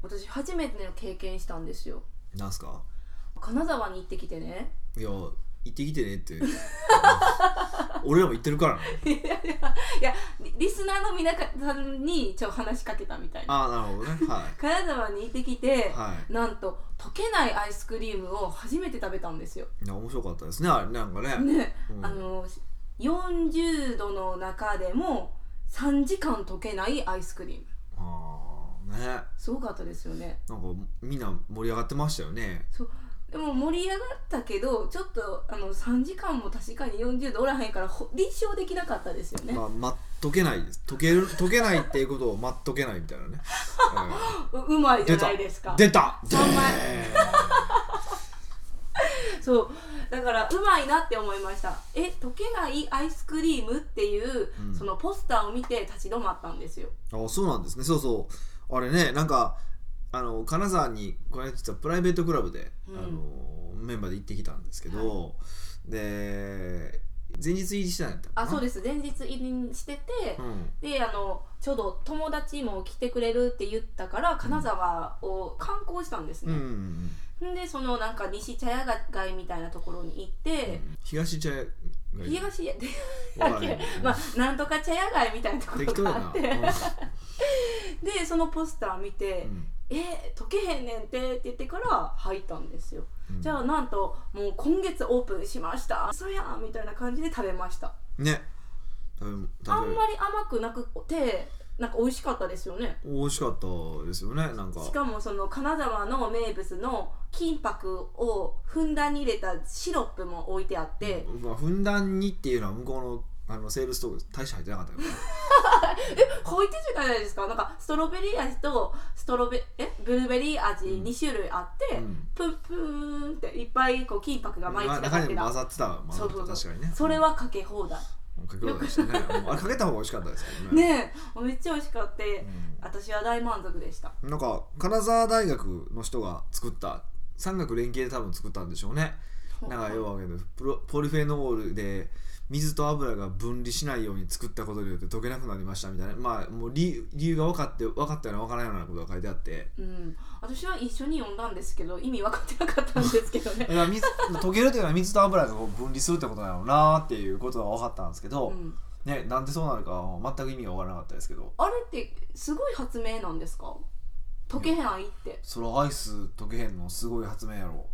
私初めての経験したんですよ。 なんすか？ 金沢に行ってきてね。 いや行ってきてねって俺らも言ってるからね。 いやリスナーの皆さんに話しかけたみたいな。 ああなるほどね。はい。 金沢に行ってきて、 はい、 なんと溶けないアイスクリームを初めて食べたんですよ。 いや面白かったですね、あれなんかね。 ね、40度の中でも3時間溶けないアイスクリーム。 ああね。 すごかったですよね。 なんかみんな盛り上がってましたよね。 そう。でも盛り上がったけどちょっと3時間も確かに40度おらへんから立証できなかったですよね。 溶けないです。溶けないっていうことを溶けないみたいなね。 うまいじゃないですか。 出た 3枚そうだからうまいなって思いました。溶けないアイスクリームっていう、そのポスターを見て立ち止まったんですよ。 あ、そうなんですね。そうそう、あれね、なんか金沢にこれ実はプライベートクラブで、メンバーで行ってきたんですけど、はい、で前日入りしてないんだったかな。 そうです、前日入りしてて、でちょうど友達も来てくれるって言ったから金沢を観光したんですね。でそのなんか西茶屋街みたいなところに行って、 東茶屋東屋まあなんとか茶屋街みたいなところがあってでそのポスター見て、溶けへんねんって言ってから入ったんですよ。じゃあなんともう今月オープンしました、そうやんみたいな感じで食べましたね。 あんまり甘くなくてなんか美味しかったですよね。 美味しかったですよね。なんかしかもその金沢の名物の金箔をふんだんに入れたシロップも置いてあって、 ふんだんにっていうのは向こうのセールストーク大して入ってなかったよね。 入ってるじゃないですか。なんかストロベリー味とブルーベリー味2種類あって、プンプンっていっぱいこう金箔が巻いてあってた。 中に混ざってた。そう確かにね。 それはかけ放題。 かけ放題でしたね。あれかけた方が美味しかったですけどね。 ねえ、めっちゃ美味しかった。私は大満足でした。 なんか金沢大学の人が作った産学連携で多分作ったんでしょうね。なんか要はポリフェノールで水と油が分離しないように作ったことによって溶けなくなりましたみたいな、まあもう理由が分かったような分からないようなことが書いてあって、 私は一緒に読んだんですけど意味分かってなかったんですけどね。 溶けるというのは水と油が分離するってことなのなっていうことが分かったんですけど、ね、なんでそうなるか全く意味が分からなかったですけど、 あれってすごい発明なんですか？溶けへんって。 それアイス溶けへんのすごい発明やろ。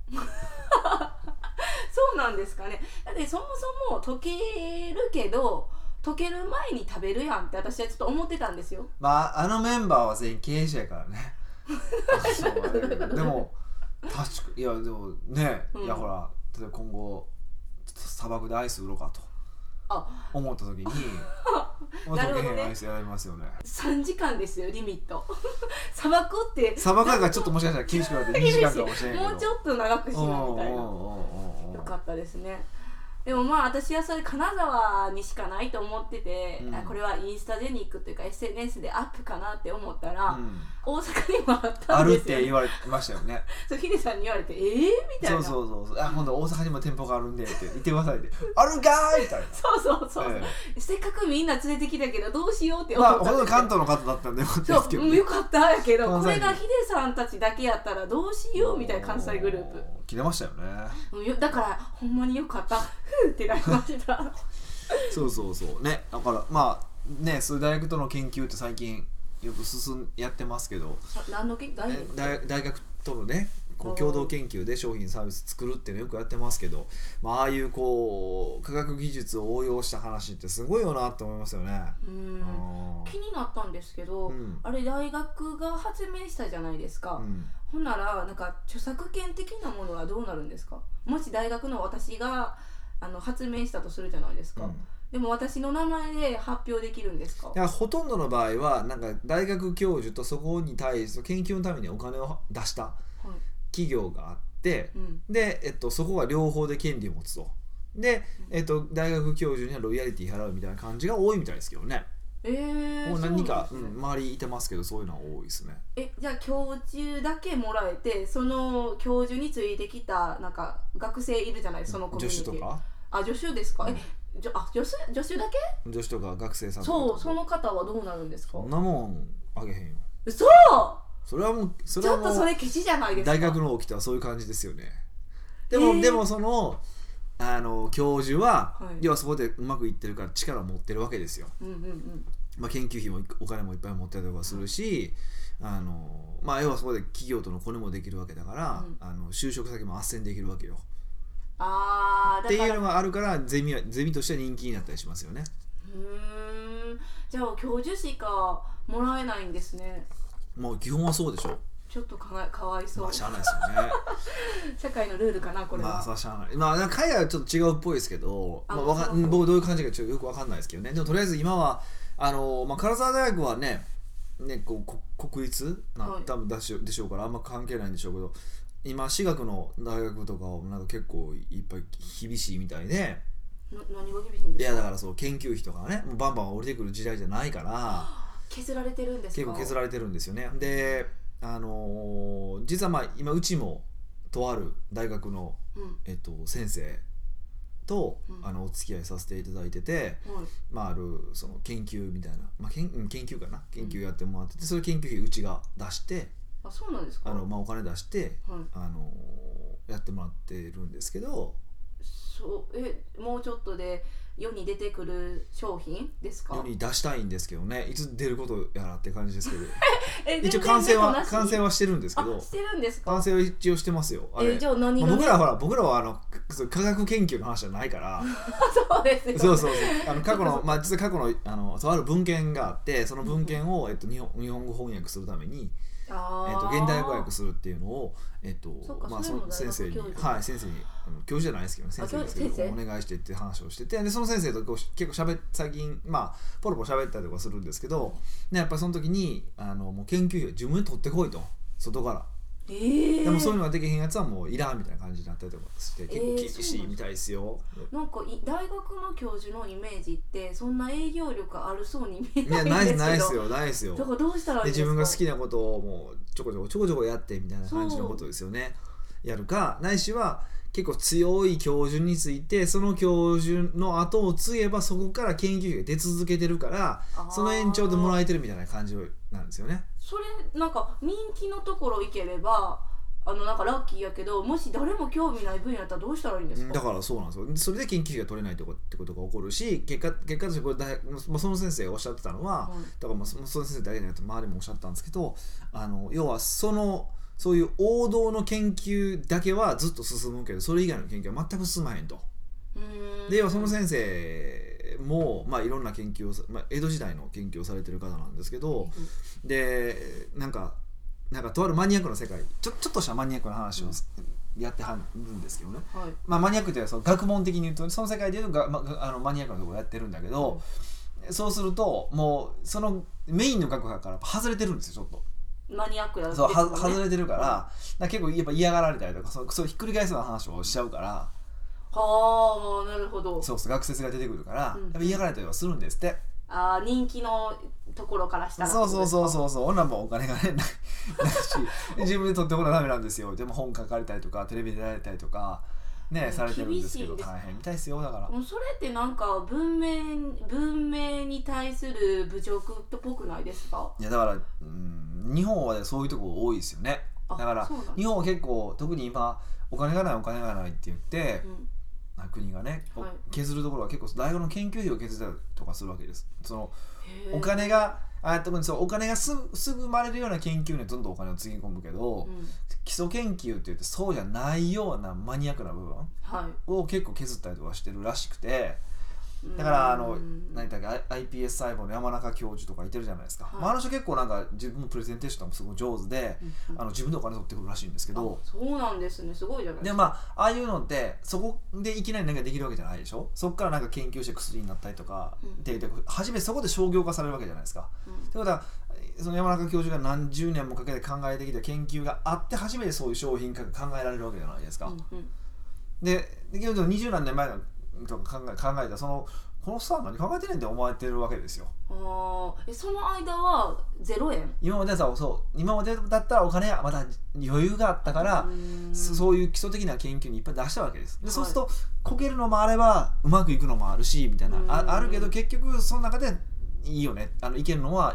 そうなんですかね。だってそもそも溶けるけど溶ける前に食べるやんって私はちょっと思ってたんですよ。 まあメンバーは全員経営者やからね。そうでも確かいやでもね、いやほら例えば今後砂漠でアイス売ろうかと思った時に溶けへんアイスやりますよね。 3時間ですよリミット。砂漠がちょっともしかしたら厳しくなって2時間かもしれないけどもうちょっと長くしなみたいな。よかったですね。でもまあ私はそれ金沢にしかないと思ってて、これはインスタジェニックというか SNS でアップかなって思ったら、大阪にもあったんですよ。 あるって言われましたよね。 そうヒデさんに言われてみたいな。 そう今度大阪にも店舗があるんでって言ってくださいってあるかーみたいな。 そう、せっかくみんな連れてきたけどどうしようって思ったんですけど、 ほとんど関東の方だったんでですけど、 よかったやけどこれがヒデさんたちだけやったらどうしようみたいな関西グループ切れましたよね。 だからほんまによかったふーってなりましたそうね。だからまあね、そういう大学との研究って最近よくやってますけど、 何の大学とのねこう共同研究で商品サービス作るっていうのよくやってますけど、ああいうこう科学技術を応用した話ってすごいよなって思いますよね。 気になったんですけど、あれ大学が発明したじゃないですか。ほんならなんか著作権的なものはどうなるんですか？もし大学の私が発明したとするじゃないですか。でも私の名前で発表できるんですか？ だからほとんどの場合はなんか大学教授とそこに対して研究のためにお金を出した企業があって、で、そこが両方で権利を持つと。で、大学教授にはロイヤリティ払うみたいな感じが多いみたいですけどね。もう何か、周りいてますけどそういうのは多いですね。 じゃあ教授だけもらえて、その教授についてきたなんか学生いるじゃないですか、そのコミュニティ。 助手とか？ 助手ですか？助手だけ？ 助手とか学生さんとか。 その方はどうなるんですか？ そんなもんあげへんよ。 嘘！ それはもうちょっとそれケチじゃないですか。 大学の起きてはそういう感じですよね。でもその教授は、はい、要はそこでうまくいってるから力を持ってるわけですよ、まあ、研究費もお金もいっぱい持ってたりとかするし、まあ、要はそこで企業とのコネもできるわけだから、就職先も斡旋できるわけよ。っていうのがあるからゼミとしては人気になったりしますよね。 じゃあ教授しかもらえないんですね。 もう基本はそうでしょ。 ちょっとかわいそう。 まあしゃあないですよね。 社会のルールかなこれは。 まあしゃあない。まあ海外はちょっと違うっぽいですけど、僕どういう感じかちょっとよくわかんないですけどね。でもとりあえず今はまあ、唐沢大学はねこう国立多分でしょうからあんま関係ないんでしょうけど、今私学の大学とかはなんか結構いっぱい厳しいみたいで。 何が厳しいんですか？ いやだからそう研究費とかねもうバンバン降りてくる時代じゃないから削られてるんですか？ 結構削られてるんですよね。で実はまあ今うちもとある大学の、先生と、お付き合いさせていただいてて、まあ、あるその研究みたいな、まあ、研究かな研究やってもらってて、それ研究費うちが出してそうなんですか？ まあ、お金出して、やってもらってるんですけど、 もうちょっとで世に出てくる商品ですか？ 世に出したいんですけどね、いつ出ることやらって感じですけど一応完成はしてるんですけど。 してるんですか？ 完成は一応してますよ。 じゃあ何が、 僕らは科学研究の話じゃないからそうですよね。 そう過去の実は過去のとある文献があって、その文献を、日本語翻訳するために現代語訳するっていうのをまあ、その先生に教授じゃないですけどね、先生ですけどお願いしてって話をしてて、でその先生と結構最近まあポロポロ喋ったりとかするんですけど、やっぱりその時にもう研究費を自分で取ってこいと、外から。でもそういうのができへんやつはもういらんみたいな感じになったりとかして結構厳しいみたいですよ。 なんか大学の教授のイメージってそんな営業力あるそうに見えないんですけど。 ないですよ。 だからどうしたらいいですか？ 自分が好きなことをもうちょこちょこやってみたいな感じのことですよね。やるかないしは結構強い教授について、その教授の後を継げばそこから研究費が出続けてるからその延長でもらえてるみたいな感じなんですよね。 それなんか人気のところ行ければなんかラッキーやけど、もし誰も興味ない分野だったらどうしたらいいんですか？ だからそうなんですよ。それで研究費が取れないってことが起こるし、結果としてこれその先生がおっしゃってたのは、だからその先生だけじゃなくて周りもおっしゃったんですけど、要はそういう王道の研究だけはずっと進むけどそれ以外の研究は全く進まへんと。で要はその先生も、まあ、いろんな研究を、まあ、江戸時代の研究をされてる方なんですけど、でなんかとあるマニアックな世界ちょっとしたマニアックな話をやってはるんですけどね、まあ、マニアックっていうのは学問的に言うとその世界でいうとマニアックなところをやってるんだけど、そうするともうそのメインの学科から外れてるんですよ。ちょっとマニアックだ、 そう外れてるから、結構やっぱ嫌がられたりとかそうひっくり返すような話をしちゃうから、 はあなるほど。 そう学説が出てくるから、やっぱ嫌がられたりはするんですって。 人気のところからしたらそう女もお金がねないし自分で取ってこなダメなんですよ。でも本書かれたりとかテレビ出られたりとかねされてるんですけど大変みたいですよ。だからそれってなんか文明に対する侮辱っぽくないですか？ いやだから日本はそういうとこ多いですよね。だから日本は結構特に今お金がないって言って、国がね、削るところは結構大学の研究費を削ったりとかするわけです。そのお金が特にお金がすぐ生まれるような研究にどんどんお金をつぎ込むけど、基礎研究って言ってそうじゃないようなマニアックな部分を結構削ったりとかしてるらしくて、だから何だっけ iPS 細胞の山中教授とかいてるじゃないですか、あの人結構なんか自分のプレゼンテーションもすごい上手で、自分でお金取ってくるらしいんですけど。 そうなんですね、すごいじゃないですか。 でああいうのってそこでいきなり何かできるわけじゃないでしょ。そこからなんか研究して薬になったりとか、初めそこで商業化されるわけじゃないですか。ってことはその山中教授が何十年もかけて考えてきた研究があって初めてそういう商品化が考えられるわけじゃないですか。で20何年前のとか考えたらこの人は何考えてねんって思われてるわけですよ。 その間は0円？ 今までだったらお金がまだ余裕があったからそういう基礎的な研究にいっぱい出したわけです。でそうするとこけるのもあればうまくいくのもあるしみたいなあるけど結局その中でいいよねいけるのは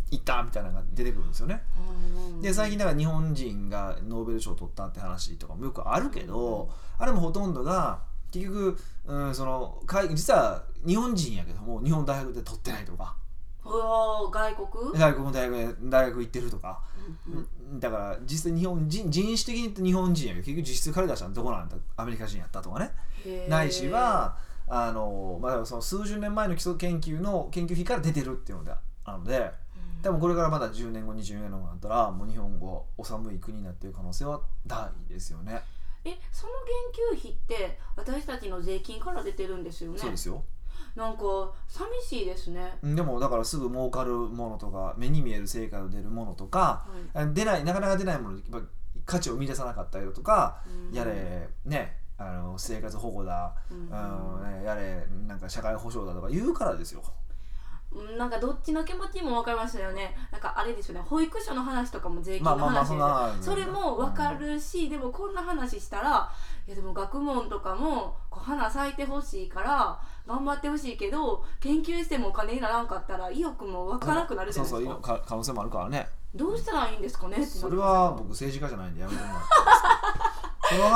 行ったみたいなのが出てくるんですよね。で最近だから日本人がノーベル賞を取ったって話とかもよくあるけど、あれもほとんどが結局、その実は日本人やけども日本大学で取ってないとか、 外国の大学行ってるとか、だから実際日本人種的に言って日本人やけど結局実質彼らしたのどこなんだアメリカ人やったとかね、ないしはまあ、その数十年前の基礎研究の研究費から出てるっていうのであるので、多分これからまだ10年後20年後になったらもう日本語お寒い国になっている可能性は大ですよね。 その研究費って私たちの税金から出てるんですよね。 そうですよ。 なんか寂しいですね。 でもだからすぐ儲かるものとか目に見える成果が出るものとか、なかなか出ないもの価値を生み出さなかったりとか、やれね生活保護だ、やれなんか社会保障だとか言うからですよ。 なんかどっちの気持ちも分かりますよね。なんかあれですよね、保育所の話とかも税金の話で、それも分かるし、でもこんな話したらいやでも学問とかも花咲いてほしいから頑張ってほしいけど研究してもお金にならんかったら意欲も湧かなくなるじゃないですか。 そう可能性もあるからね。 どうしたらいいんですかねって。 それは僕政治家じゃないんでやめてもらっていいですか。その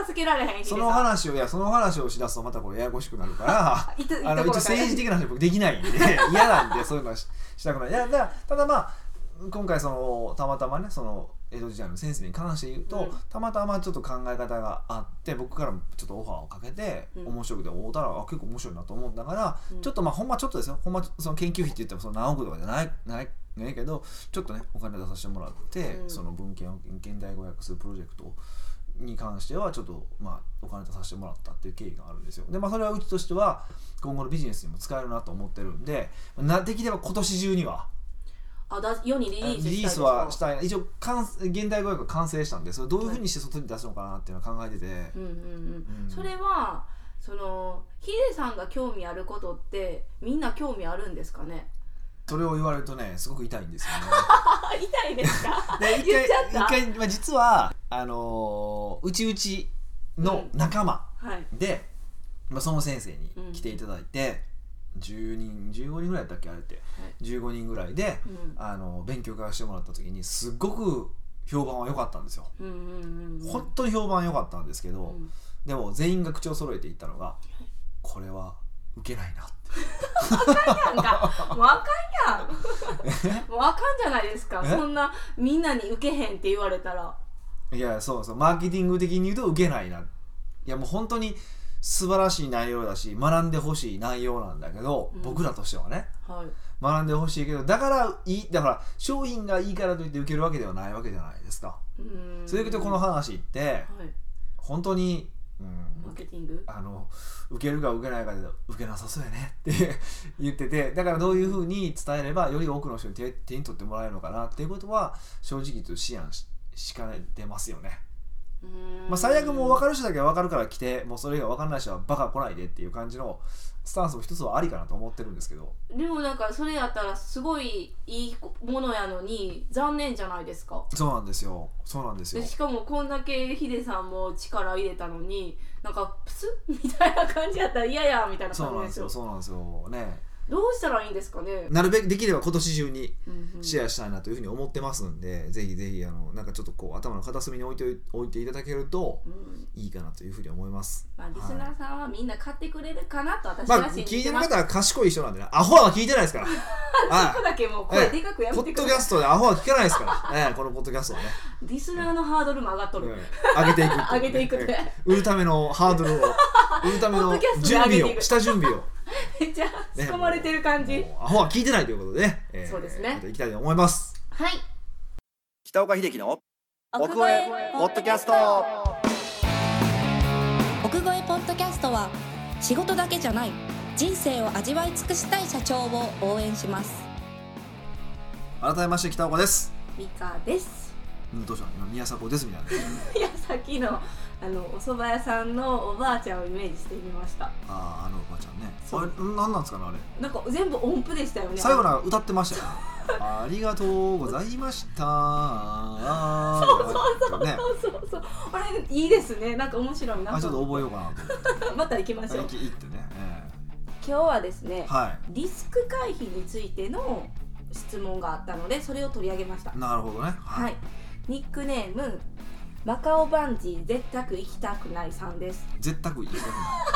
話をしだすとまたこれややこしくなるから一応政治的な話僕できないんで嫌なんでそういうのはしたくない。ただまあ今回たまたまねその江戸時代の先生に関して言うと、たまたまちょっと考え方があって僕からもちょっとオファーをかけて、面白くて会うたら結構面白いなと思うんだから、ちょっとほんまちょっとですよ、ほんまその研究費って言ってもその何億とかじゃないけどちょっとねお金出させてもらって、その文献を現代語訳するプロジェクトに関してはちょっとお金出させてもらったっていう経緯があるんですよ。でそれはうちとしては今後のビジネスにも使えるなと思ってるんで、できれば今年中には世にリリースはしたい。一応現代語訳が完成したんでそれどういうふうにして外に出すのかなっていうのを考えてて、 それはそのヒデさんが興味あることってみんな興味あるんですかね。 それを言われるとねすごく痛いんですよね。 痛いですか。 で言っちゃった。 一回、実はうちの仲間で、その先生に来ていただいて、15人ぐらいだったっけあれって、15人ぐらいで、勉強会してもらった時にすっごく評判は良かったんですよ。本当に評判良かったんですけど、でも全員が口を揃えて言ったのがこれは受けないなって。 もうあかんじゃないですか。そんなみんなに受けへんって言われたら。 いやそうマーケティング的に言うと受けないな。いやもう本当に素晴らしい内容だし学んでほしい内容なんだけど、僕らとしてはね、学んでほしいけどだから商品がいいからといって受けるわけではないわけじゃないですか。それでこの話って、本当にマーケティング受けるか受けないかで受けなさそうやねって言ってて、だからどういうふうに伝えればより多くの人に手に取ってもらえるのかなっていうことは正直言うと思案しかねてますよね。最悪もう分かる人だけは分かるから来て、もうそれが分かんない人はバカ来ないでっていう感じのスタンスも一つはありかなと思ってるんですけど、 でもなんかそれやったらすごいいいものやのに残念じゃないですか。 そうなんですよ。 でしかもこんだけヒデさんも力入れたのになんかプスみたいな感じやったら嫌やみたいな感じですよ。 そうなんですよね。 どうしたらいいんですかね。 なるべくできれば今年中にシェアしたいなというふうに思ってますんで、ぜひぜひなんかちょっと頭の片隅に置いていただけるといいかなというふうに思います。 リスナーさんはみんな買ってくれるかなと私は信じてます。 聞いてる方は賢い人なんでね、アホは聞いてないですからそこだけもう声でかくやめてください。 ポッドキャストでアホは聞かないですからこのポッドキャストはね、 リスナーのハードルも上がっとる、 上げていく上げていくって売るためのハードルを売るための下準備をめっちゃ仕込まれてる感じ、 アホは聞いてないということでね、 そうですね、 またいきたいと思います。 はい、 北岡秀樹の奥越えポッドキャスト。 奥越えポッドキャストは仕事だけじゃない人生を味わい尽くしたい社長を応援します。 改めまして北岡です。 ミカです。 どうしたの今宮迫ですみたいな。 いやさっきのお蕎麦屋さんのおばあちゃんをイメージしてみました。 おばあちゃんね。あれ何なんですかねあれ。 なんか全部音符でしたよね。 最後なんか歌ってましたよね。ありがとうございました。 そうあれいいですね。なんか面白いな。 ちょっと覚えようかなと思って。 また行きましょう。 行ってね。 今日はですね、 はい、 リスク回避についての質問があったのでそれを取り上げました。 なるほどね。 はい、ニックネームマカオバンジー絶対行きたくないさんです。 絶対行きたくない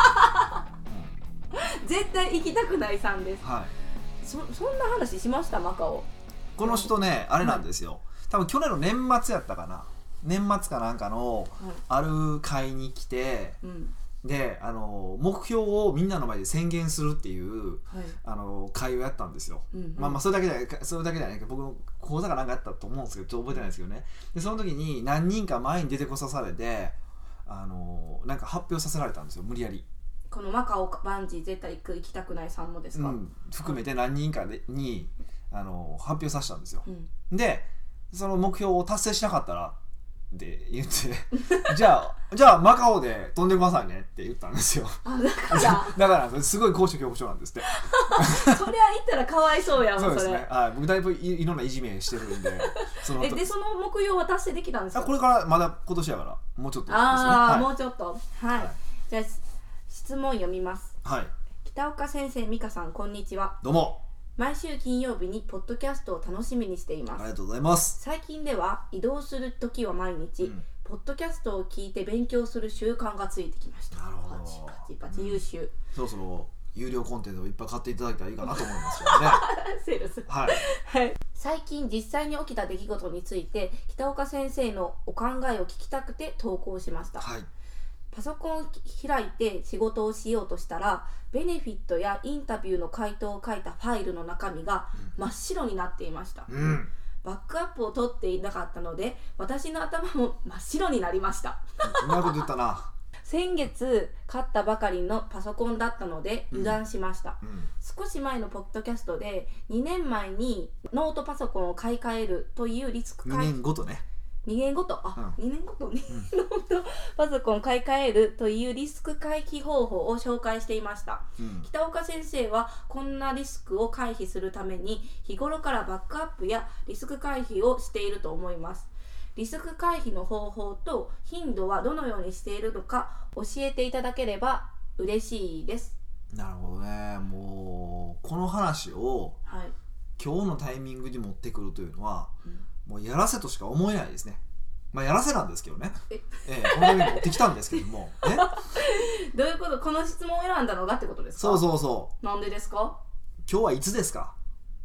絶対行きたくないさんです。 はい。 そんな話しました？マカオ。 この人ね、あれなんですよ、多分去年の年末やったかな、年末かなんかのある会に来て、で目標をみんなの前で宣言するっていう、会をやったんですよ。まあそれだけじゃないけど、僕の講座かなんかやったと思うんですけど、ちょっと覚えてないですけどね。でその時に何人か前に出てこさされて、なんか発表させられたんですよ、無理やり。 このマカオバンジー絶対行きたくないさんもですか？ 含めて何人かに発表させたんですよ。でその目標を達成しなかったらって言ってじゃあマカオで飛んでくださいねって言ったんですよ。だからすごい高所恐怖症なんですってそりゃ行ったらかわいそうやもん。 そうですね。僕だいぶいろんないじめしてるんででその目標は達成できたんですか？ これからまだ今年やからもうちょっとですね。 もうちょっと。はい、じゃあ質問読みます。 はい。 北岡先生、美香さん、こんにちは。 どうも。 毎週金曜日にポッドキャストを楽しみにしています。 ありがとうございます。 最近では移動するときは毎日、ポッドキャストを聞いて勉強する習慣がついてきました。 なるほど。 パチパチ優秀。 そろそろ有料コンテンツをいっぱい買っていただいたらいいかなと思いますけどね。 セールス。 はい。 最近実際に起きた出来事について北岡先生のお考えを聞きたくて投稿しました。 はい。 パソコンを開いて仕事をしようとしたらベネフィットやインタビューの回答を書いたファイルの中身が真っ白になっていました。バックアップを取っていなかったので私の頭も真っ白になりました。 うまいこと言ったな。 先月買ったばかりのパソコンだったので油断しました。少し前のポッドキャストで2年前にノートパソコンを買い替えるというリスク 2年ごとね。 2年ごと2年ごとにノートパソコンを買い替えるというリスク回避方法を紹介していました。北岡先生はこんなリスクを回避するために日頃からバックアップやリスク回避をしていると思います。リスク回避の方法と頻度はどのようにしているのか教えていただければ嬉しいです。 なるほどね。もうこの話を、今日のタイミングに持ってくるというのは、もうやらせとしか思えないですね。まあやらせなんですけどね。このタイミング持ってきたんですけどもどういうこと？この質問を選んだのがってことですか？ そう。 なんでですか？ 今日はいつですか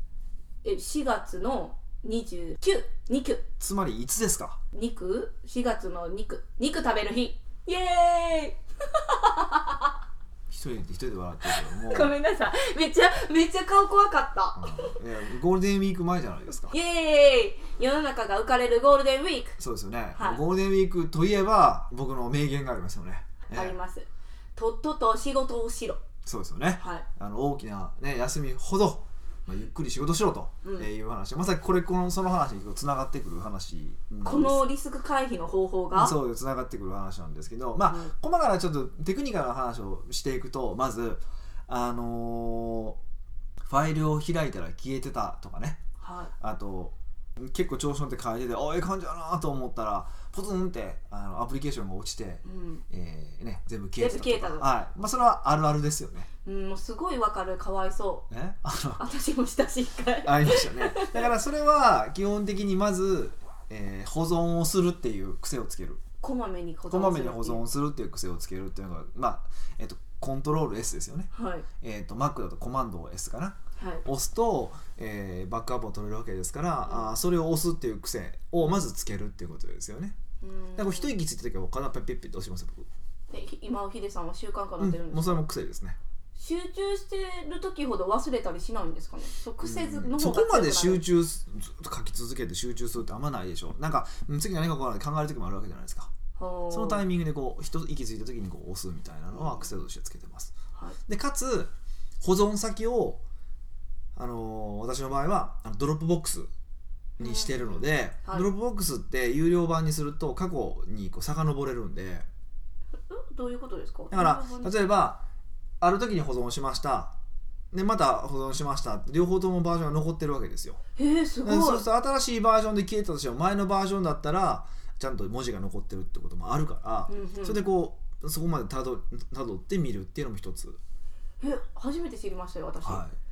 ？4月の29肉。 つまりいつですか ？4月の肉食べる日。イエーイ一人で笑ってるけどもごめんなさい。めっちゃ顔怖かった、 ゴールデンウィーク前じゃないですか。 イエーイ。世の中が浮かれるゴールデンウィーク。 そうですよね、ゴールデンウィークといえば僕の名言がありますよね。 あります。とっとと仕事をしろ。 そうですよね、大きな、休みほど、ゆっくり仕事しろという話、まさにその話につながってくる話このリスク回避の方法がそうつながってくる話なんですけど、細かなちょっとテクニカルな話をしていくと、まずファイルを開いたら消えてたとかね、あと結構調子乗って書いててええ感じだなと思ったらポツンってアプリケーションが落ちて、全部消えてたとか、それはあるあるですよね。 もうすごいわかる。かわいそう。私もしたし一回ありましたね。だからそれは基本的にまず、保存をするっていう癖をつける。 こまめに保存するっていう癖をつけるっていうのが、コントロール S ですよね。Mac だとコマンド S かな。押すと、バックアップを取れるわけですから、それを押すっていう癖をまずつけるっていうことですよね。だから一息ついた時は必ずペッペッと押しますよ僕。 今ヒデさんは習慣化なってるんですか？ もうそれも癖ですね。 集中してる時ほど忘れたりしないんですかね。癖の方がそこまで集中ずっと書き続けて集中するってあんまないでしょ。なんか次何か考える時もあるわけじゃないですか。そのタイミングで一息ついた時に押すみたいなのは癖としてつけてます。でかつ保存先を私の場合はドロップボックスにしてるので、ドロップボックスって有料版にすると過去に遡れるんで。 どういうことですか？ だから例えばある時に保存しましたでまた保存しました両方ともバージョンが残ってるわけですよ。 すごい。 そうすると新しいバージョンで消えたとしても前のバージョンだったらちゃんと文字が残ってるってこともあるから、それでそこまでたどってみるっていうのも一つ。 初めて知りましたよ私。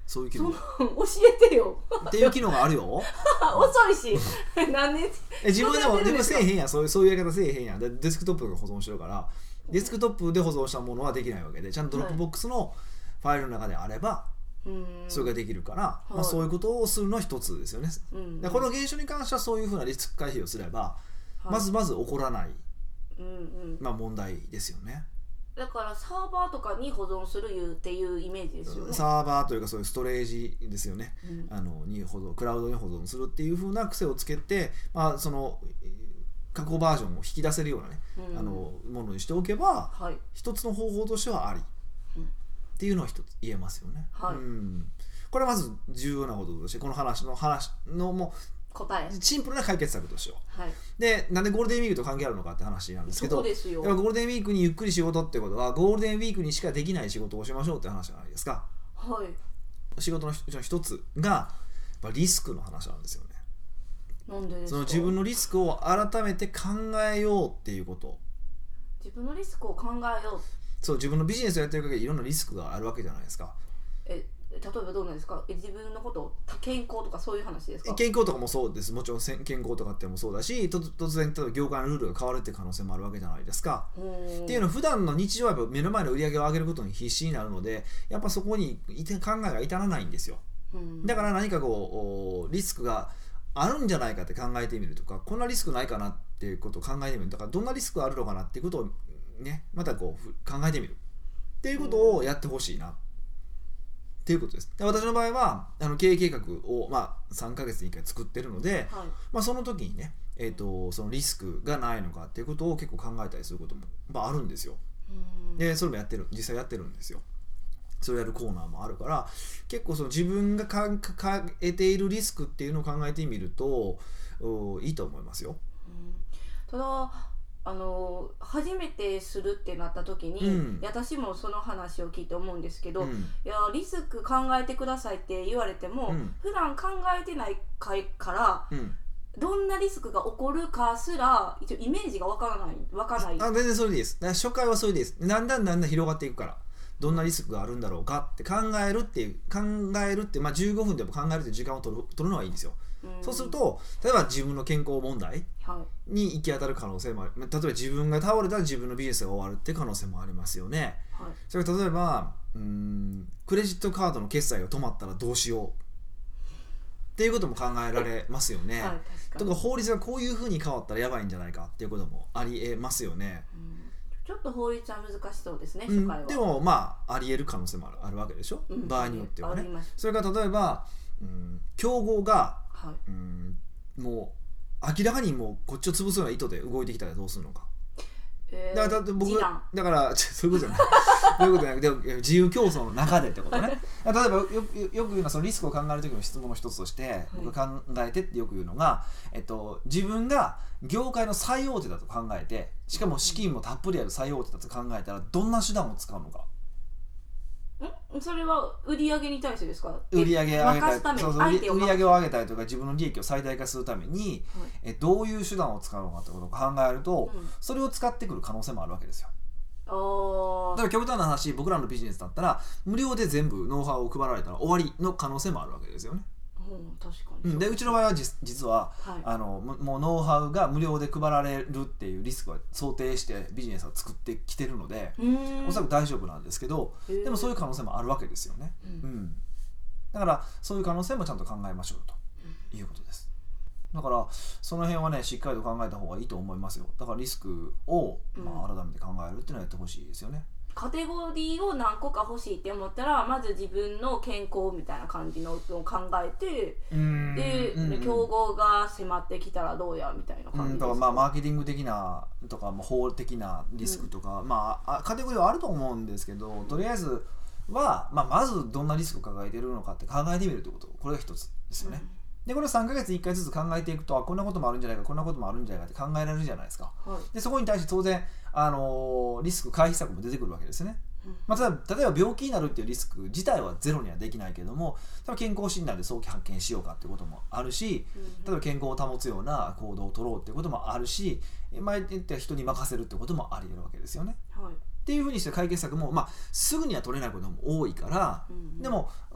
そういう機能教えてよっていう機能があるよ遅いし何年自分でもせえへんやん、そういうやり方せえへんやん。デスクトップが保存してるから、デスクトップで保存したものはできないわけで、ちゃんとドロップボックスのファイルの中であれば、それができるから、まあ、そういうことをするのは一つですよね。でこの現象に関してはそういうふうなリスク回避をすれば、まず起こらない、まあ、問題ですよね。 だからサーバーとかに保存するっていうイメージですよね。 サーバーというかそういうストレージですよね、にクラウドに保存するっていう風な癖をつけて、まあ、その過去バージョンを引き出せるようなね、ものにしておけば、一つの方法としてはあり、っていうのは一つ言えますよね。これはまず重要なこととして、この話のもう答えシンプルな解決策としては、でなんでゴールデンウィークと関係あるのかって話なんですけど、 そうですよ。 ゴールデンウィークにゆっくり仕事ってことはゴールデンウィークにしかできない仕事をしましょうって話じゃないですか。仕事のうちの一つがリスクの話なんですよね。 なんでですか？ その自分のリスクを改めて考えようっていうこと。 自分のリスクを考えよう。 そう、自分のビジネスをやってる限りいろんなリスクがあるわけじゃないですか。 例えばどうなんですか？自分のこと健康とかそういう話ですか？ 健康とかもそうです。もちろん健康とかってもそうだし、突然例えば業界のルールが変わるっていう可能性もあるわけじゃないですか。っていうのは普段の日常はやっぱ目の前の売り上げを上げることに必死になるので、やっぱそこに考えが至らないんですよ。だから何かこうリスクがあるんじゃないかって考えてみるとか、こんなリスクないかなっていうことを考えてみるとか、どんなリスクがあるのかなっていうことをね、またこう考えてみるっていうことをやってほしいなっていうことです。で、私の場合は経営計画を、3ヶ月に1回作ってるので、その時にね、そのリスクがないのかっていうことを結構考えたりすることもあるんですよ。でそれも実際やってるんですよ。それやるコーナーもあるから、結構その自分が抱えているリスクっていうのを考えてみるといいと思いますよ。 ただ初めてするってなった時に、私もその話を聞いて思うんですけど、いやリスク考えてくださいって言われても、普段考えてないから、どんなリスクが起こるかすら一応イメージがわからない。 全然それでいいです。だから初回はそれでいいです。だんだん広がっていくから、どんなリスクがあるんだろうかって考えるって、15分でも考えるっていう時間を取るのはいいんですよ。そうすると、例えば自分の健康問題に行き当たる可能性もある。例えば自分が倒れたら自分のビジネスが終わるっていう可能性もありますよね。それから例えばクレジットカードの決済が止まったらどうしようっていうことも考えられますよね。とか法律がこういうふうに変わったらやばいんじゃないかっていうこともありえますよね。 ちょっと法律は難しそうですね、初回は。 でもありえる可能性もあるわけでしょ、場合によってはね。それから例えば競合がもう明らかにもうこっちを潰すような意図で動いてきたらどうするのか。だからそういうことじゃないそういうことじゃなくて、自由競争の中でってことね。例えばよく言うのは、そのリスクを考える時の質問の一つとして、僕が考えてってよく言うのが、自分が業界の最大手だと考えて、しかも資金もたっぷりある最大手だと考えたらどんな手段を使うのか。 それは売り上げに対してですか？ 売り上げを上げたり、売り上げを上げたりとか自分の利益を最大化するために、どういう手段を使うのかってことを考えると、それを使ってくる可能性もあるわけですよ。だから極端な話、僕らのビジネスだったら無料で全部ノウハウを配られたら終わりの可能性もあるわけですよね。 確かに。 でうちの場合は実は、もうノウハウが無料で配られるっていうリスクは想定してビジネスを作ってきてるので、おそらく大丈夫なんですけど、でもそういう可能性もあるわけですよね。だからそういう可能性もちゃんと考えましょうということです。だからその辺はね、しっかりと考えた方がいいと思いますよ。だからリスクを、改めて考えるっていうのはやってほしいですよね。 カテゴリーを何個か欲しいって思ったら、まず自分の健康みたいな感じのを考えて、で競合が迫ってきたらどうやみたいな感じですか。 だからマーケティング的なとか法的なリスクとか、カテゴリーはあると思うんですけど、とりあえずは、まずどんなリスクを抱えているのかって考えてみるということ、これが一つですよね。でこれを3ヶ月に1回ずつ考えていくと、こんなこともあるんじゃないか、こんなこともあるんじゃないかって考えられるじゃないですか。でそこに対して当然リスク回避策も出てくるわけですね。例えば病気になるっていうリスク自体はゼロにはできないけども、例えば健康診断で早期発見しようかっていうこともあるし、例えば健康を保つような行動を取ろうっていうこともあるし、前言った人に任せるってこともあり得るわけですよね。っていうふうにして解決策も、すぐには取れないことも多いから、でも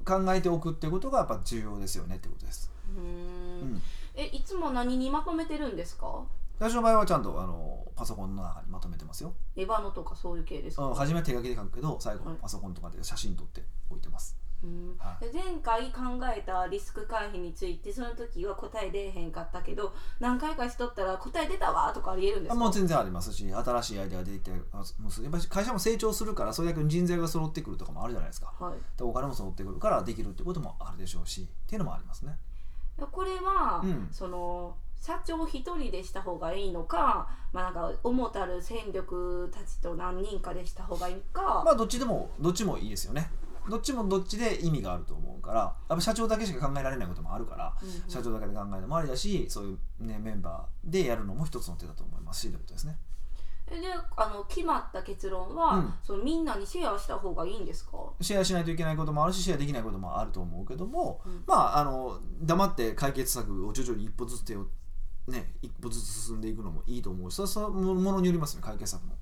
考えておくっていうことがやっぱ重要ですよねってことです。 いつも何にまとめてるんですか？ 私の場合はちゃんとパソコンの中にまとめてますよ。 エヴァノとかそういう系ですか？ 初め手書きで書くけど最後パソコンとかで写真撮って置いてます。 前回考えたリスク回避についてその時は答え出えへんかったけど何回かしとったら答え出たわとかありえるんですか？ もう全然ありますし、新しいアイデアが出てきて、やっぱり会社も成長するからそれだけの人材が揃ってくるとかもあるじゃないですか、でお金も揃ってくるからできるってこともあるでしょうしっていうのもありますね。 これは、その社長一人でした方がいいのか、なんか主たる戦力たちと何人かでした方がいいか、 どっちもいいですよね。どっちで意味があると思うから、やっぱ社長だけしか考えられないこともあるから、社長だけで考えるのもありだし、そういう、ね、メンバーでやるのも一つの手だと思いますしということですね。 で決まった結論は、そのみんなにシェアした方がいいんですか？シェアしないといけないこともあるしシェアできないこともあると思うけども、黙って解決策を徐々に一歩ずつ進んでいくのもいいと思うし、そのものによりますね、解決策も。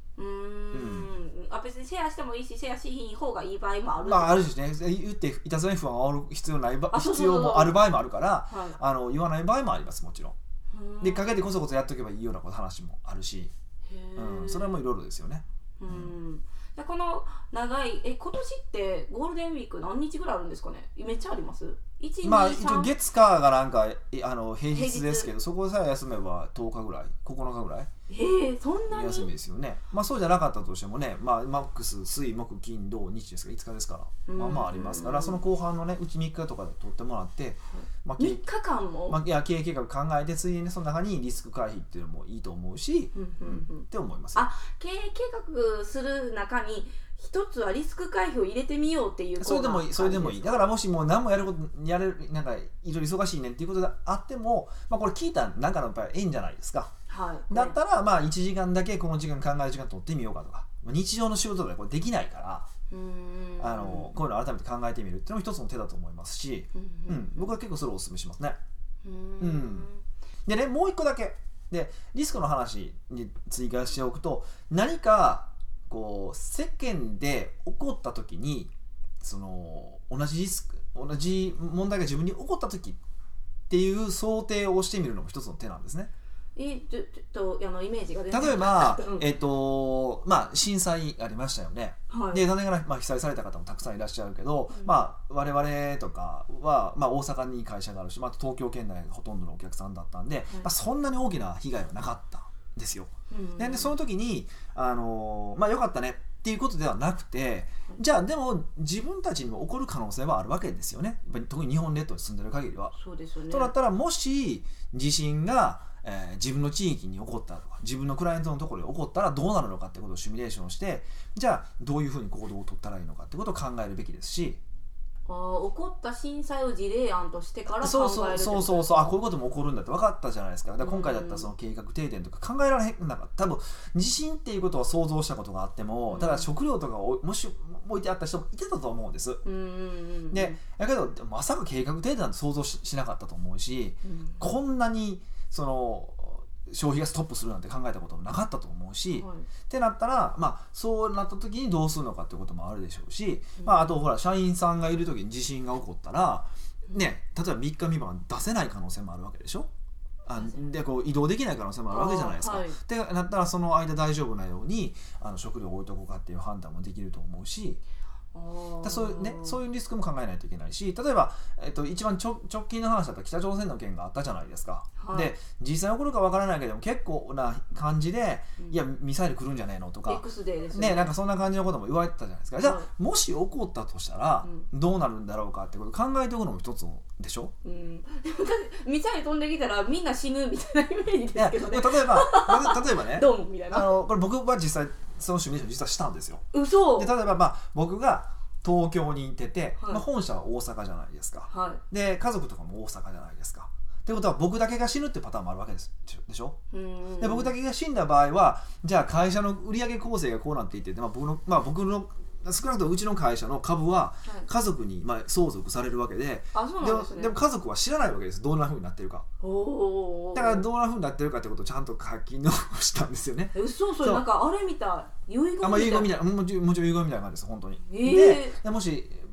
別にシェアしてもいいしシェアしひん方がいい場合もある。 あるしね、言っていたずらに不安を煽る必要もある場合もあるから、言わない場合もあります、もちろん。でかけてこそこそやっとけばいいような話もあるし、それはもういろいろですよね。 じゃこの長い今年ってゴールデンウィーク何日ぐらいあるんですかね？めっちゃあります。 一応月火がなんか平日ですけど、そこさえ休めば10日ぐらい9日ぐらいそんなに休みですよね。そうじゃなかったとしてもね、マックス水木金土日ですから5日ですから、ありますから、その後半のねうち3日とかで取ってもらって、 3日間も経営計画考えて、ついでにその中にリスク回避っていうのもいいと思うし、って思います。 経営計画する中に一つはリスク回避を入れてみようっていう。 それでもいい。だからもしもう何もなんかいろいろ忙しいねんっていうことがあっても、これ聞いたなんかの場合はいいんじゃないですか。だったら1時間だけこの時間考える時間取ってみようかとか、日常の仕事でこれできないから、こういうのを改めて考えてみるっていうのも一つの手だと思いますし、僕は結構それをお勧めしますね。でね、もう一個だけでリスクの話に追加しておくと、何かこう世間で起こった時に同じ問題が自分に起こった時っていう想定をしてみるのも一つの手なんですね。 ちょっとイメージが出て例えば、震災ありましたよね。で残念ながら、被災された方もたくさんいらっしゃるけど、我々とかは、大阪に会社があるし、東京圏内がほとんどのお客さんだったんで、そんなに大きな被害はなかったんですよ。でその時に良かったねっていうことではなくて、じゃあでも自分たちにも起こる可能性はあるわけですよね。やっぱり特に日本列島に住んでる限りは。 そうですよね。 となったら、もし地震が自分の地域に起こったとか、自分のクライアントのところで起こったらどうなるのかってことをシミュレーションして、じゃあどういうふうに行動を取ったらいいのかってことを考えるべきですし、 起こった震災を事例案としてから考える。 そうこういうことも起こるんだって分かったじゃないですか。だから今回だったらその計画停電とか考えられへん。なんか多分地震っていうことは想像したことがあっても、ただ食料とかをもし置いてあった人もいてたと思うんです。でだけどまさか計画停電なんて想像 しなかったと思うし、こんなに消費がストップするなんて考えたこともなかったと思うし、ってなったら、そうなった時にどうするのかってこともあるでしょうし、あとほら社員さんがいる時に地震が起こったらね、例えば3日3晩出せない可能性もあるわけでしょ。で移動できない可能性もあるわけじゃないですか。ってなったらその間大丈夫なように食料を置いとこうかっていう判断もできると思うし、そういうリスクも考えないといけないし、例えば、一番直近の話だったら北朝鮮の件があったじゃないですか。で実際起こるかわからないけども結構な感じで、いやミサイル来るんじゃねえのとか X デーですね、 なんかそんな感じのことも言われてたじゃないですか。じゃあ、もし起こったとしたらどうなるんだろうかってことを考えておくのも一つでしょ。 ミサイル飛んできたらみんな死ぬみたいなイメージですけどね。 例えばねドンみたいな。 これ僕は実際そのシミュレーション実はしたんですよ。 嘘。 で例えば僕が東京にいてて、本社は大阪じゃないですか。で家族とかも大阪じゃないですか。ってことは僕だけが死ぬってパターンもあるわけでしょ。で僕だけが死んだ場合は、じゃあ会社の売上構成がこうなっていて、僕の少なくともうちの会社の株は家族に相続されるわけで、でも家族は知らないわけです。どんな風になってるか。だからどんな風になってるかってことをちゃんと書き直したんですよね。 それなんかあれみたい、遺言みたいな。 もちろん遺言みたいな感じです本当に。でもし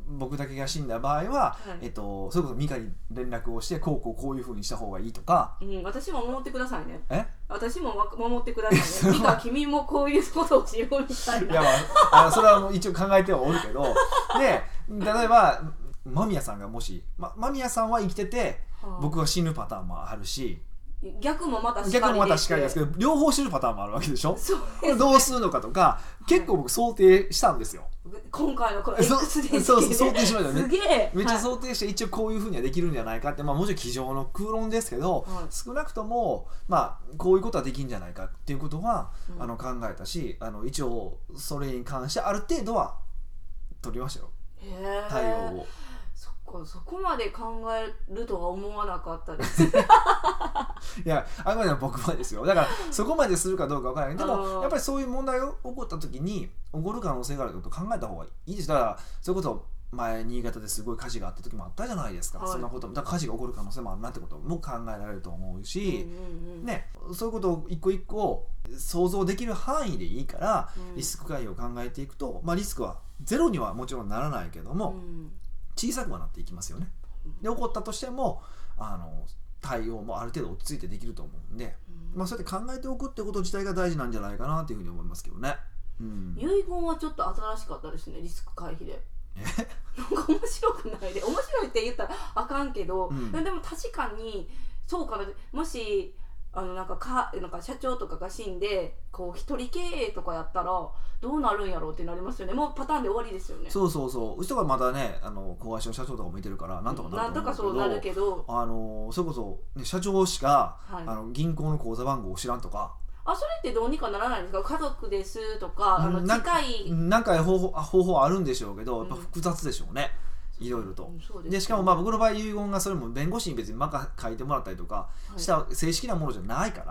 僕だけが死んだ場合は、それこそミカに連絡をしてこういう風にした方がいいとか、 私も守ってくださいね。私も守ってくださいね。ミカ君もこういうことをしようみたいな。いや、 それはもう一応考えてはおるけどで例えば間宮さんがもし、間宮さんは生きてて、僕が死ぬパターンもあるし、 逆もまたしかりですけど、両方死ぬパターンもあるわけでしょ。これどうするのかとか、結構僕想定したんですよ。 今回のこの X 電子そう想定しましたよね。 すげえめっちゃ想定して、一応こういうふうにはできるんじゃないかって、もちろん机上の空論ですけど、少なくともこういうことはできるんじゃないかっていうことは、考えたし、一応それに関してある程度は取りましたよ、対応を。 そこまで考えるとは思わなかったですいや、あくまでも僕はですよ。だからそこまでするかどうかわからない。でもやっぱりそういう問題が起こった時に起こる可能性があることを考えた方がいいです。だからそれこそ前新潟ですごい火事があった時もあったじゃないですか、そんなことも。だから火事が起こる可能性もあるなってことも考えられると思うし、そういうことを一個一個想像できる範囲でいいから、リスク回避を考えていくと、リスクはゼロにはもちろんならないけども、小さくはなっていきますよね。で起こったとしても対応もある程度落ち着いてできると思うんで、そうやって考えておくってこと自体が大事なんじゃないかなっていうふうに思いますけどね。 遺言はちょっと新しかったですね、リスク回避で。なんか面白くないで、面白いって言ったらあかんけど、でも確かにそうかな。もしなんか社長とかが死んでこう一人経営とかやったらどうなるんやろうってなりますよね。もうパターンで終わりですよね。 そううちとかまたね、子会社の社長とかもいてるからなんとかなると思うけど、 そうなるけど、 それこそ、ね、社長しか、銀行の口座番号を知らんとか。 それってどうにかならないんですか？家族ですとか、近いなんか方法あるんでしょうけど、やっぱ複雑でしょうね、いろいろと。でしかも僕の場合遺言がそれも弁護士に別に書いてもらったりとかした正式なものじゃないから、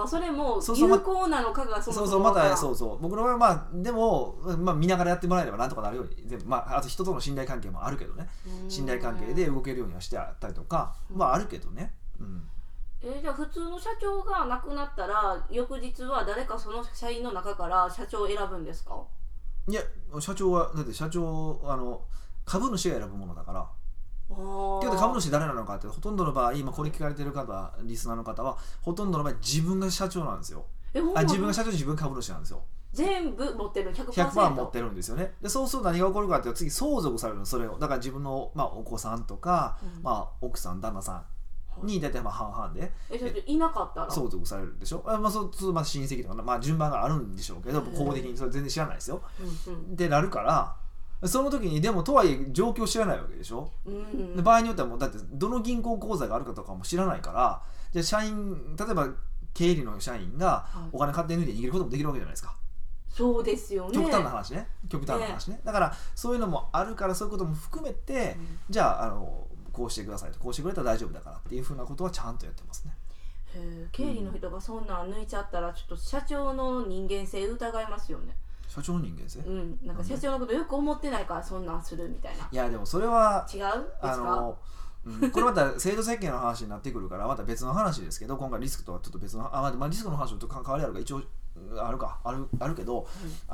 それも有効なのかがそう僕の場合はでも、見ながらやってもらえればなんとかなるように、あと人との信頼関係もあるけどね、信頼関係で動けるようにはしてあったりとかあるけどね。 じゃあ普通の社長が亡くなったら翌日は誰かその社員の中から社長を選ぶんですか？ いや、社長はだって株主が選ぶものだから。っていうと株主誰なのかって、ほとんどの場合、これ聞かれてる方、リスナーの方はほとんどの場合自分が社長なんですよ。自分が社長、自分株主なんですよ。 全部持ってる 100% 持ってるんですよね。でそうすると何が起こるかっていうと、次相続されるの。それをだから自分の、お子さんとか、奥さん旦那さんに大体半々でいなかったら相続されるでしょ。親戚とか、順番があるんでしょうけど、公的にそれ全然知らないですよ。でなるから、その時にでもとはいえ状況知らないわけでしょ。で場合によってはもうだってどの銀行口座があるかとかも知らないから、じゃあ社員、例えば経理の社員がお金勝手に抜いて逃げることもできるわけじゃないですか。 そうですよね。 極端な話ね。だからそういうのもあるから、そういうことも含めて、じゃあこうしてくださいと、こうしてくれたら大丈夫だからっていうふうなことはちゃんとやってますね。 経理の人がそんなん抜いちゃったら、ちょっと社長の人間性疑いますよね。 社長の人間性？ なんか社長のことよく思ってないからそんなんするみたいな。 いやでもそれは違うですか？ これまた制度設計の話になってくるからまた別の話ですけど、今回リスクとはちょっと別のリスクの話と関わりあるから一応あるけど、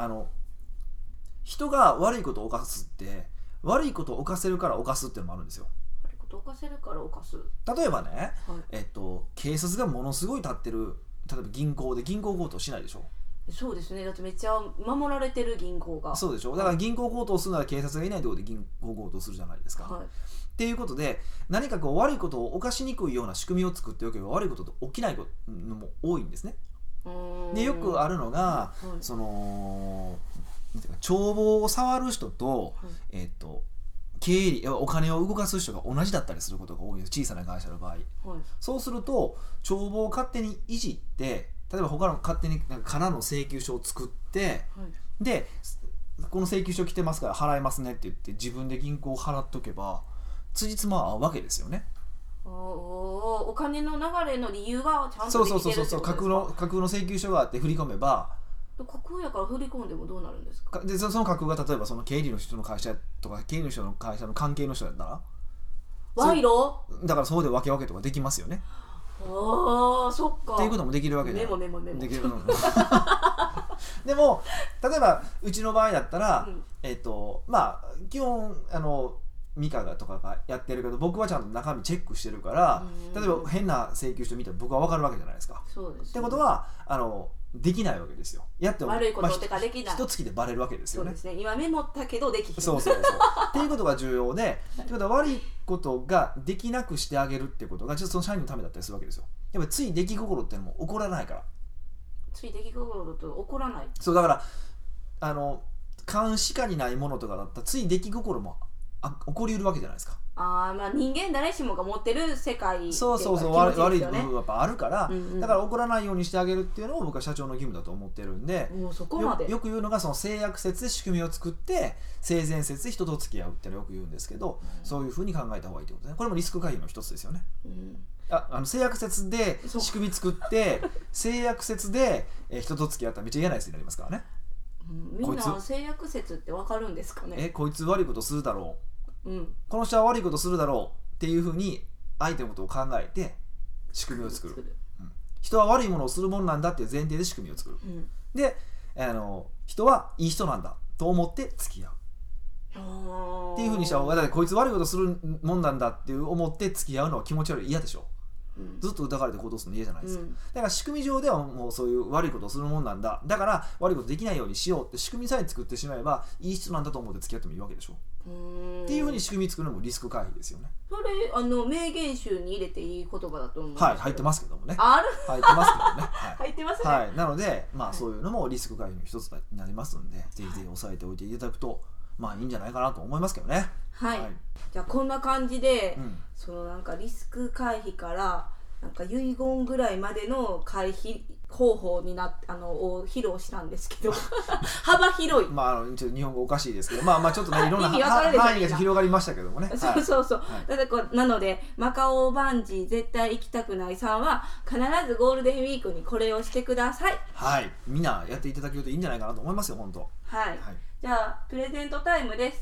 人が悪いことを犯すって、悪いことを犯せるから犯すっていうのもあるんですよ。 悪いことを犯せるから犯す。 例えばね、警察がものすごい立ってる、例えば銀行で銀行強盗しないでしょ。 そうですね。だってめっちゃ守られてる銀行が。 そうでしょ。だから銀行強盗するなら警察がいないところで銀行強盗するじゃないですか。っていうことで、何か悪いことを犯しにくいような仕組みを作っておけば悪いことって起きないのも多いんですね。でよくあるのが、その帳簿を触る人と、経理、お金を動かす人が同じだったりすることが多いです。小さな会社の場合、そうすると帳簿を勝手にいじって、例えば他の勝手に空の請求書を作って、でこの請求書来てますから払いますねって言って自分で銀行を払っとけば辻褄合うわけですよね。 お金の流れの理由がちゃんとできてるってことですか？ 架空の請求書があって振り込めば、 架空やから振り込んでもどうなるんですか？ でその架空が例えばその経理の人の会社とか経理の人の会社の関係の人だったら賄賂だからそうで分けとかできますよね。 そっか。 っていうこともできるわけで。 メモ。 できるででも例えばうちの場合だったら、 うん、 まあ基本ミカとかがやってるけど僕はちゃんと中身チェックしてるから、例えば変な請求書見たら僕は分かるわけじゃないですか。 そうですね、 ってことはできないわけですよ。やっても悪いことってかできない、 一月でバレるわけですよね。 そうですね、今メモったけどできひん。 そうっていうことが重要で、ってことは悪いことができなくしてあげるってことが実はその社員のためだったりするわけですよ。やっぱりつい出来心ってのも起こらないから。 つい出来心だと起こらない。 そうだから監視下にないものとかだったらつい出来心も起こりうるわけじゃないですか。 まあ人間誰しもが持ってる世界っていうか、 そう悪い部分がやっぱあるから、だから起こらないようにしてあげるっていうのを僕は社長の義務だと思ってるんで、 もうそこまでよく言うのがその性悪説で仕組みを作って性善説で人と付き合うってよく言うんですけど、そういうふうに考えた方がいいってことですね。これもリスク回避の一つですよね。性悪説で仕組み作って性悪説で人と付き合ったらめっちゃ嫌なやつになりますからね。 みんな性悪説って分かるんですかね。 こいつ悪いことするだろう、この人は悪いことするだろうっていうふうに相手のことを考えて仕組みを作る、人は悪いものをするもんなんだっていう前提で仕組みを作る、で人はいい人なんだと思って付き合うっていうふうにした方が、だってこいつ悪いことするもんなんだって思って付き合うのは気持ち悪い、嫌でしょ。ずっと疑われて行動するの嫌じゃないですか、だから仕組み上ではもうそういう悪いことをするもんなんだ、だから悪いことできないようにしようって仕組みさえ作ってしまえばいい人なんだと思って付き合ってもいいわけでしょ。っていうふうに仕組み作るのもリスク回避ですよね。 それ名言集に入れていい言葉だと思うんですけど。はい、 入ってますけどもね。 入ってますけどね。 入ってますね。 はい、なのでまあそういうのもリスク回避の一つになりますので、ぜひぜひ押さえておいていただくとまあいいんじゃないかなと思いますけどね。 はい。じゃあこんな感じで、そのなんかリスク回避からなんか遺言ぐらいまでの回避方法にを披露したんですけど幅広い、 まあちょっと日本語おかしいですけど、まあちょっとねいろんな範囲が広がりましたけどもね。 そう、だからなのでマカオバンジー絶対行きたくないさんは必ずゴールデンウィークにこれをしてください。 はい、みんなやっていただけるといいんじゃないかなと思いますよ、本当。 はい、じゃあプレゼントタイムです。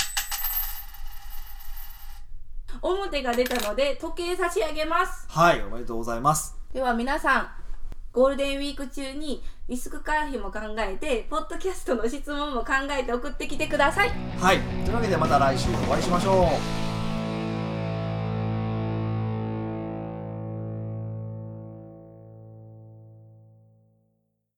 表が出たので時計差し上げます。 はい、おめでとうございます。 では皆さんゴールデンウィーク中にリスク回避も考えてポッドキャストの質問も考えて送ってきてください。 はい、というわけでまた来週お会いしましょう。